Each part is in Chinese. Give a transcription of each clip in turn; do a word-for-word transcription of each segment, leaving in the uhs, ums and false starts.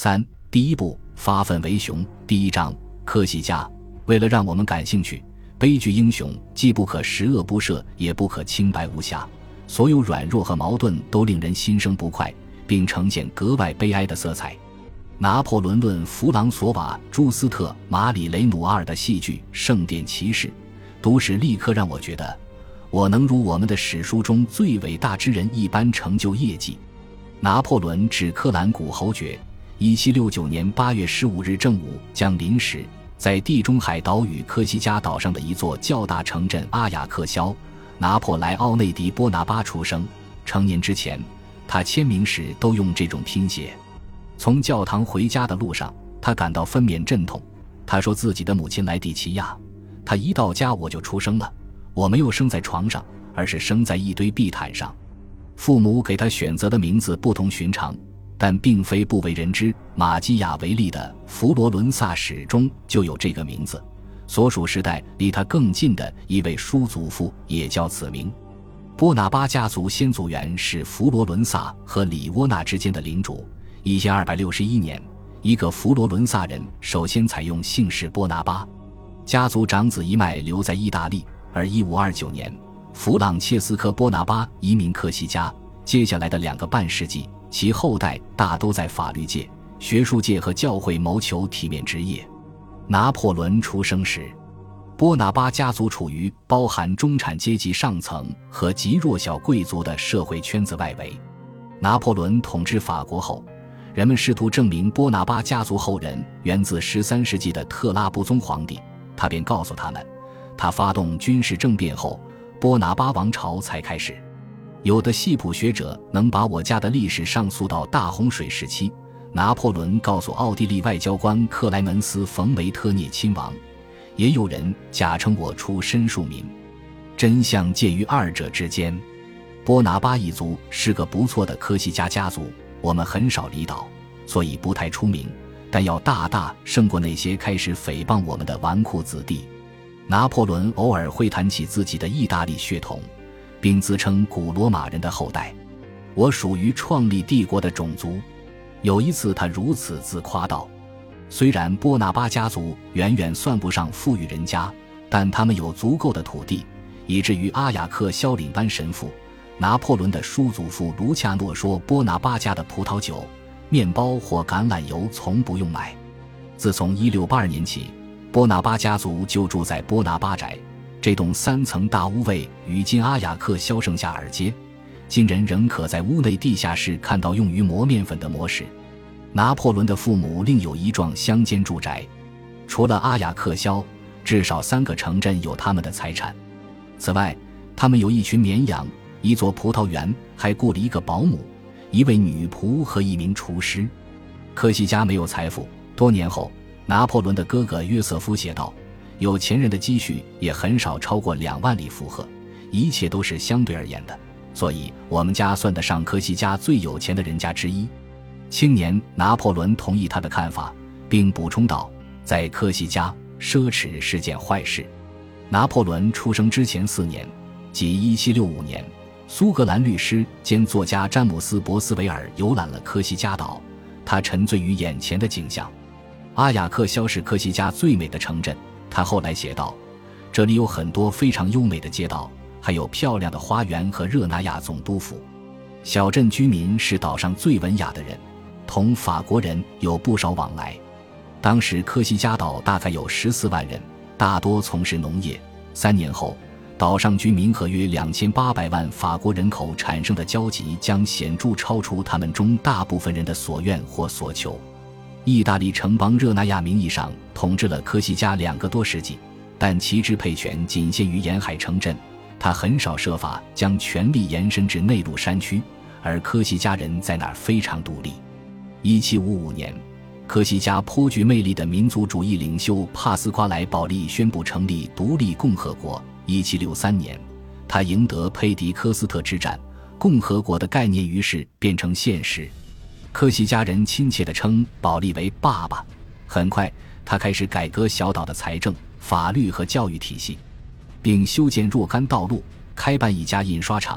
三、第一部发愤为雄。第一章科西嘉。为了让我们感兴趣，悲剧英雄既不可十恶不赦，也不可清白无瑕，所有软弱和矛盾都令人心生不快，并呈现格外悲哀的色彩。拿破仑论弗朗索瓦·朱斯特·马里雷努阿尔的戏剧《圣殿骑士》读时立刻让我觉得我能如我们的史书中最伟大之人一般成就业绩。拿破仑至克兰古侯爵，一七六九年八月十五日正午降临时，在地中海岛屿科西嘉岛上的一座较大城镇阿雅克肖，拿破莱奥内迪·波拿巴出生。成年之前，他签名时都用这种拼写。从教堂回家的路上，他感到分娩阵痛。他说自己的母亲莱蒂奇亚，他一到家我就出生了，我没有生在床上，而是生在一堆地毯上。父母给他选择的名字不同寻常，但并非不为人知。马基雅维利的《佛罗伦萨史》中就有这个名字，所属时代离他更近的一位叔祖父也叫此名。波拿巴家族先祖源是佛罗伦萨和里沃纳之间的领主。一千二百六十一年，一个佛罗伦萨人首先采用姓氏波拿巴，家族长子一脉留在意大利，而一五二九年，弗朗切斯科·波拿巴移民科西嘉。接下来的两个半世纪，其后代大都在法律界、学术界和教会谋求体面职业。拿破仑出生时，波拿巴家族处于包含中产阶级上层和极弱小贵族的社会圈子外围。拿破仑统治法国后，人们试图证明波拿巴家族后人源自十三世纪的特拉布宗皇帝，他便告诉他们，他发动军事政变后，波拿巴王朝才开始。有的系谱学者能把我家的历史上溯到大洪水时期，拿破仑告诉奥地利外交官克莱门斯·冯·维特涅亲王，也有人假称我出身庶民，真相介于二者之间。波拿巴一族是个不错的科西嘉家族，我们很少离岛，所以不太出名，但要大大胜过那些开始诽谤我们的纨绔子弟。拿破仑偶尔会谈起自己的意大利血统，并自称古罗马人的后代，我属于创立帝国的种族。有一次他如此自夸道，虽然波拿巴家族远远算不上富裕人家，但他们有足够的土地，以至于阿雅克肖领班神父拿破仑的叔祖父卢恰诺说，波拿巴家的葡萄酒、面包或橄榄油从不用买。自从一六八二年起，波拿巴家族就住在波拿巴宅，这栋三层大屋位与今阿雅克肖盛夏尔街，今人仍可在屋内地下室看到用于磨面粉的磨石。拿破仑的父母另有一幢乡间住宅，除了阿雅克肖，至少三个城镇有他们的财产。此外，他们有一群绵羊，一座葡萄园，还雇了一个保姆、一位女仆和一名厨师。科西嘉没有财富，多年后，拿破仑的哥哥约瑟夫写道，有钱人的积蓄也很少超过两万里负荷，一切都是相对而言的，所以我们家算得上科西嘉最有钱的人家之一。青年拿破仑同意他的看法，并补充道，在科西嘉，奢侈是件坏事。拿破仑出生之前四年，即一七六五年，苏格兰律师兼作家詹姆斯·博斯维尔游览了科西嘉岛，他沉醉于眼前的景象。阿雅克肖是科西嘉最美的城镇，他后来写道，这里有很多非常优美的街道，还有漂亮的花园和热那亚总督府。小镇居民是岛上最文雅的人，同法国人有不少往来。当时科西嘉岛大概有十四万人，大多从事农业。三年后，岛上居民和约两千八百万法国人口产生的交集将显著超出他们中大部分人的所愿或所求。意大利城邦热那亚名义上统治了科西嘉两个多世纪，但其支配权仅限于沿海城镇，他很少设法将权力延伸至内陆山区，而科西嘉人在那儿非常独立。一七五五年，科西嘉颇具魅力的民族主义领袖帕斯夸莱·保利宣布成立独立共和国。一七六三年，他赢得佩迪科斯特之战，共和国的概念于是变成现实。科西嘉人亲切地称保利为爸爸。很快，他开始改革小岛的财政、法律和教育体系，并修建若干道路，开办一家印刷厂，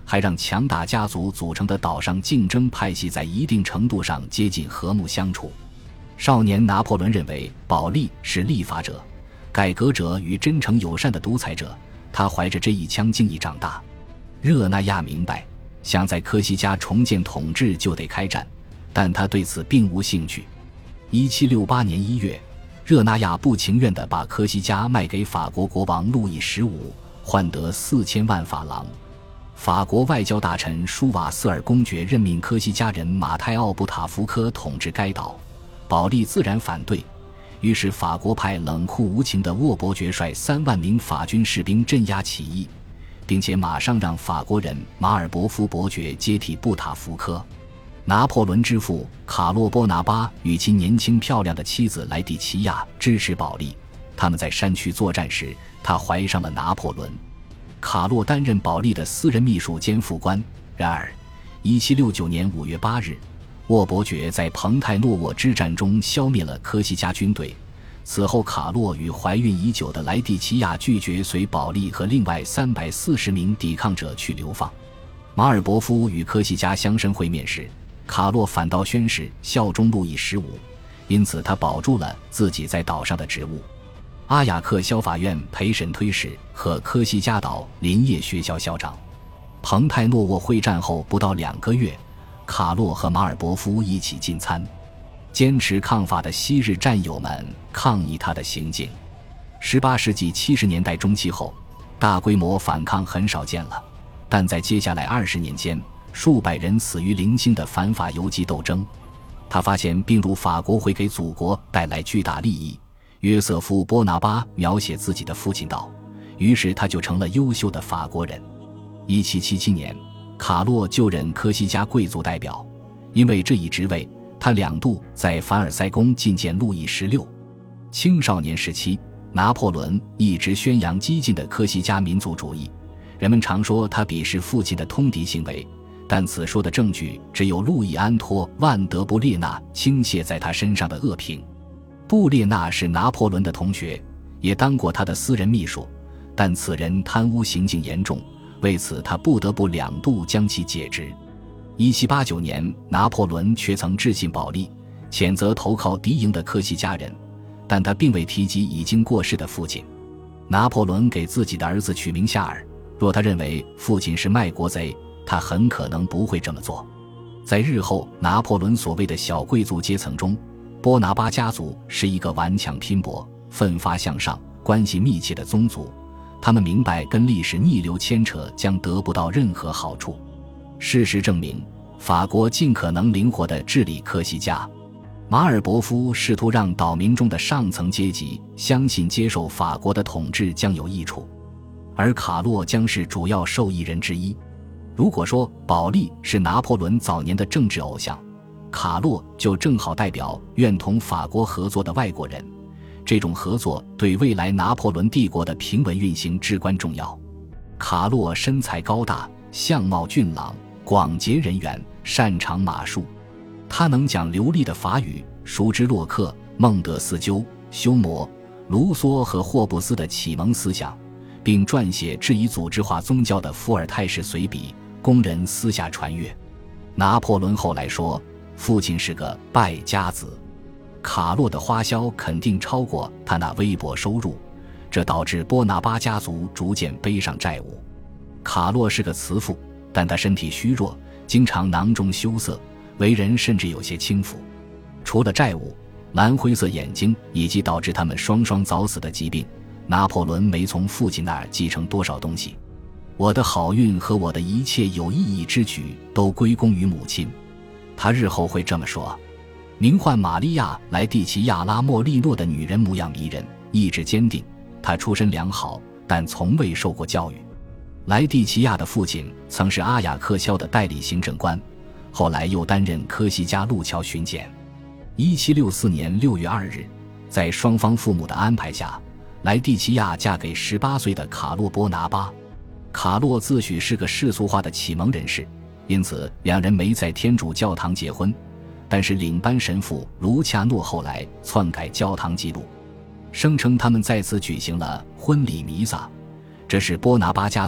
还让强大家族组成的岛上竞争派系在一定程度上接近和睦相处。少年拿破仑认为保利是立法者、改革者与真诚友善的独裁者，他怀着这一腔敬意长大。热那亚明白，想在科西嘉重建统治就得开战，但他对此并无兴趣。一七六八年一月，热那亚不情愿地把科西嘉卖给法国国王路易十五，换得四千万法郎。法国外交大臣舒瓦瑟尔公爵任命科西嘉人马泰奥布塔福科统治该岛，保利自然反对，于是法国派冷酷无情的沃伯爵率三万名法军士兵镇压起义，并且马上让法国人马尔伯夫伯爵接替布塔福科。拿破仑之父卡洛波拿巴与其年轻漂亮的妻子莱蒂奇亚支持保利，他们在山区作战时，他怀上了拿破仑。卡洛担任保利的私人秘书兼副官。然而一七六九年五月八日，沃伯爵在彭泰诺沃之战中消灭了科西嘉军队。此后卡洛与怀孕已久的莱蒂奇亚拒绝随保利和另外三百四十名抵抗者去流放。马尔伯夫与科西嘉乡绅会面时，卡洛反倒宣誓效忠路易十五，因此他保住了自己在岛上的职务。阿雅克肖法院陪审推使和科西嘉岛林业学校校长。彭泰诺沃会战后不到两个月，卡洛和马尔伯夫一起进参。坚持抗法的昔日战友们抗议他的行径。十八世纪七十年代中期后，大规模反抗很少见了，但在接下来二十年间，数百人死于零星的反法游击斗争。他发现并入法国会给祖国带来巨大利益。约瑟夫·波拿巴描写自己的父亲道，于是他就成了优秀的法国人。一七七七年，卡洛就任科西嘉贵族代表，因为这一职位，他两度在凡尔赛宫觐见路易十六。青少年时期，拿破仑一直宣扬激进的科西嘉民族主义，人们常说他鄙视父亲的通敌行为，但此说的证据只有路易安托·万德布列纳倾泻在他身上的恶评。布列纳是拿破仑的同学，也当过他的私人秘书，但此人贪污行径严重，为此他不得不两度将其解职。一七八九年，拿破仑却曾致信保利，谴责投靠敌营的科西嘉人，但他并未提及已经过世的父亲。拿破仑给自己的儿子取名夏尔，若他认为父亲是卖国贼，他很可能不会这么做。在日后拿破仑所谓的小贵族阶层中，波拿巴家族是一个顽强拼搏、奋发向上、关系密切的宗族，他们明白跟历史逆流牵扯将得不到任何好处。事实证明，法国尽可能灵活地治理科西嘉。马尔伯夫试图让岛民中的上层阶级相信接受法国的统治将有益处，而卡洛将是主要受益人之一。如果说保利是拿破仑早年的政治偶像，卡洛就正好代表愿同法国合作的外国人，这种合作对未来拿破仑帝国的平稳运行至关重要。卡洛身材高大，相貌俊朗，广结人缘，擅长马术。他能讲流利的法语，熟知洛克、孟德斯鸠、休谟、卢梭和霍布斯的启蒙思想，并撰写质疑组织化宗教的伏尔泰式随笔，供人私下传阅。拿破仑后来说，父亲是个败家子。卡洛的花销肯定超过他那微薄收入，这导致波拿巴家族逐渐背上债务。卡洛是个慈父，但他身体虚弱，经常囊中羞涩，为人甚至有些轻浮。除了债务、蓝灰色眼睛以及导致他们双双早死的疾病，拿破仑没从父亲那儿继承多少东西。我的好运和我的一切有意义之举都归功于母亲。他日后会这么说。名唤玛利亚·莱蒂奇亚·拉莫利诺的女人模样迷人，意志坚定。她出身良好，但从未受过教育。莱蒂奇亚的父亲曾是阿雅克肖的代理行政官，后来又担任科西嘉路桥巡检。一七六四年六月二日，在双方父母的安排下，莱蒂奇亚嫁给十八岁的卡洛波拿巴。卡洛自诩是个世俗化的启蒙人士，因此两人没在天主教堂结婚，但是领班神父卢恰诺后来篡改教堂记录，声称他们在此举行了婚礼弥撒，这是波拿巴家族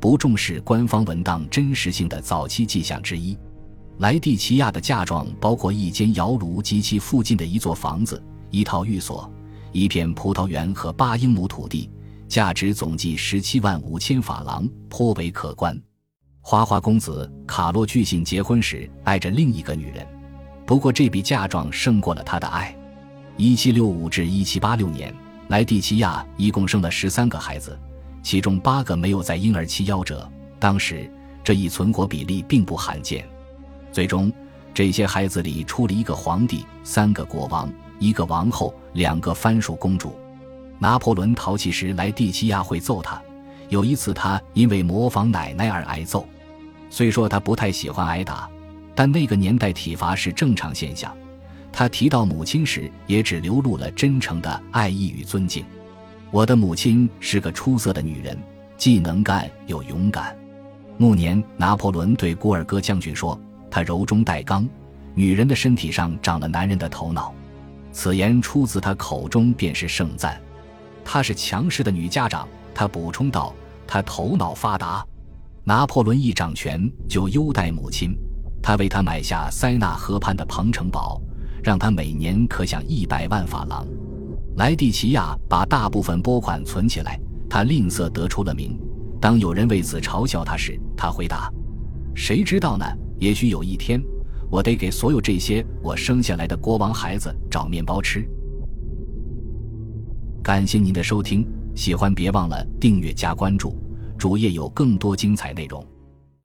不重视官方文档真实性的早期迹象之一。莱蒂奇亚的嫁妆包括一间窑炉及其附近的一座房子、一套寓所、一片葡萄园和八英亩土地，价值总计十七万五千法郎，颇为可观。花花公子卡洛据信结婚时爱着另一个女人，不过这笔嫁妆胜过了他的爱。一七六五至一七八六年，莱蒂奇亚一共生了十三个孩子，其中八个没有在婴儿期夭折，当时这一存活比例并不罕见。最终这些孩子里出了一个皇帝，三个国王，一个王后，两个藩属公主。拿破仑淘气时，莱蒂奇亚会揍他，有一次他因为模仿奶奶而挨揍。虽说他不太喜欢挨打，但那个年代体罚是正常现象。他提到母亲时也只流露了真诚的爱意与尊敬。我的母亲是个出色的女人，既能干又勇敢。暮年，拿破仑对古尔戈将军说，她柔中带刚，女人的身体上长了男人的头脑。此言出自他口中便是盛赞。她是强势的女家长，他补充道，她头脑发达。拿破仑一掌权就优待母亲，他为她买下塞纳河畔的彭城堡，让她每年可享一百万法郎。莱蒂奇亚把大部分拨款存起来，他吝啬得出了名。当有人为此嘲笑他时，他回答，谁知道呢，也许有一天我得给所有这些我生下来的国王孩子找面包吃。感谢您的收听，喜欢别忘了订阅加关注，主页有更多精彩内容。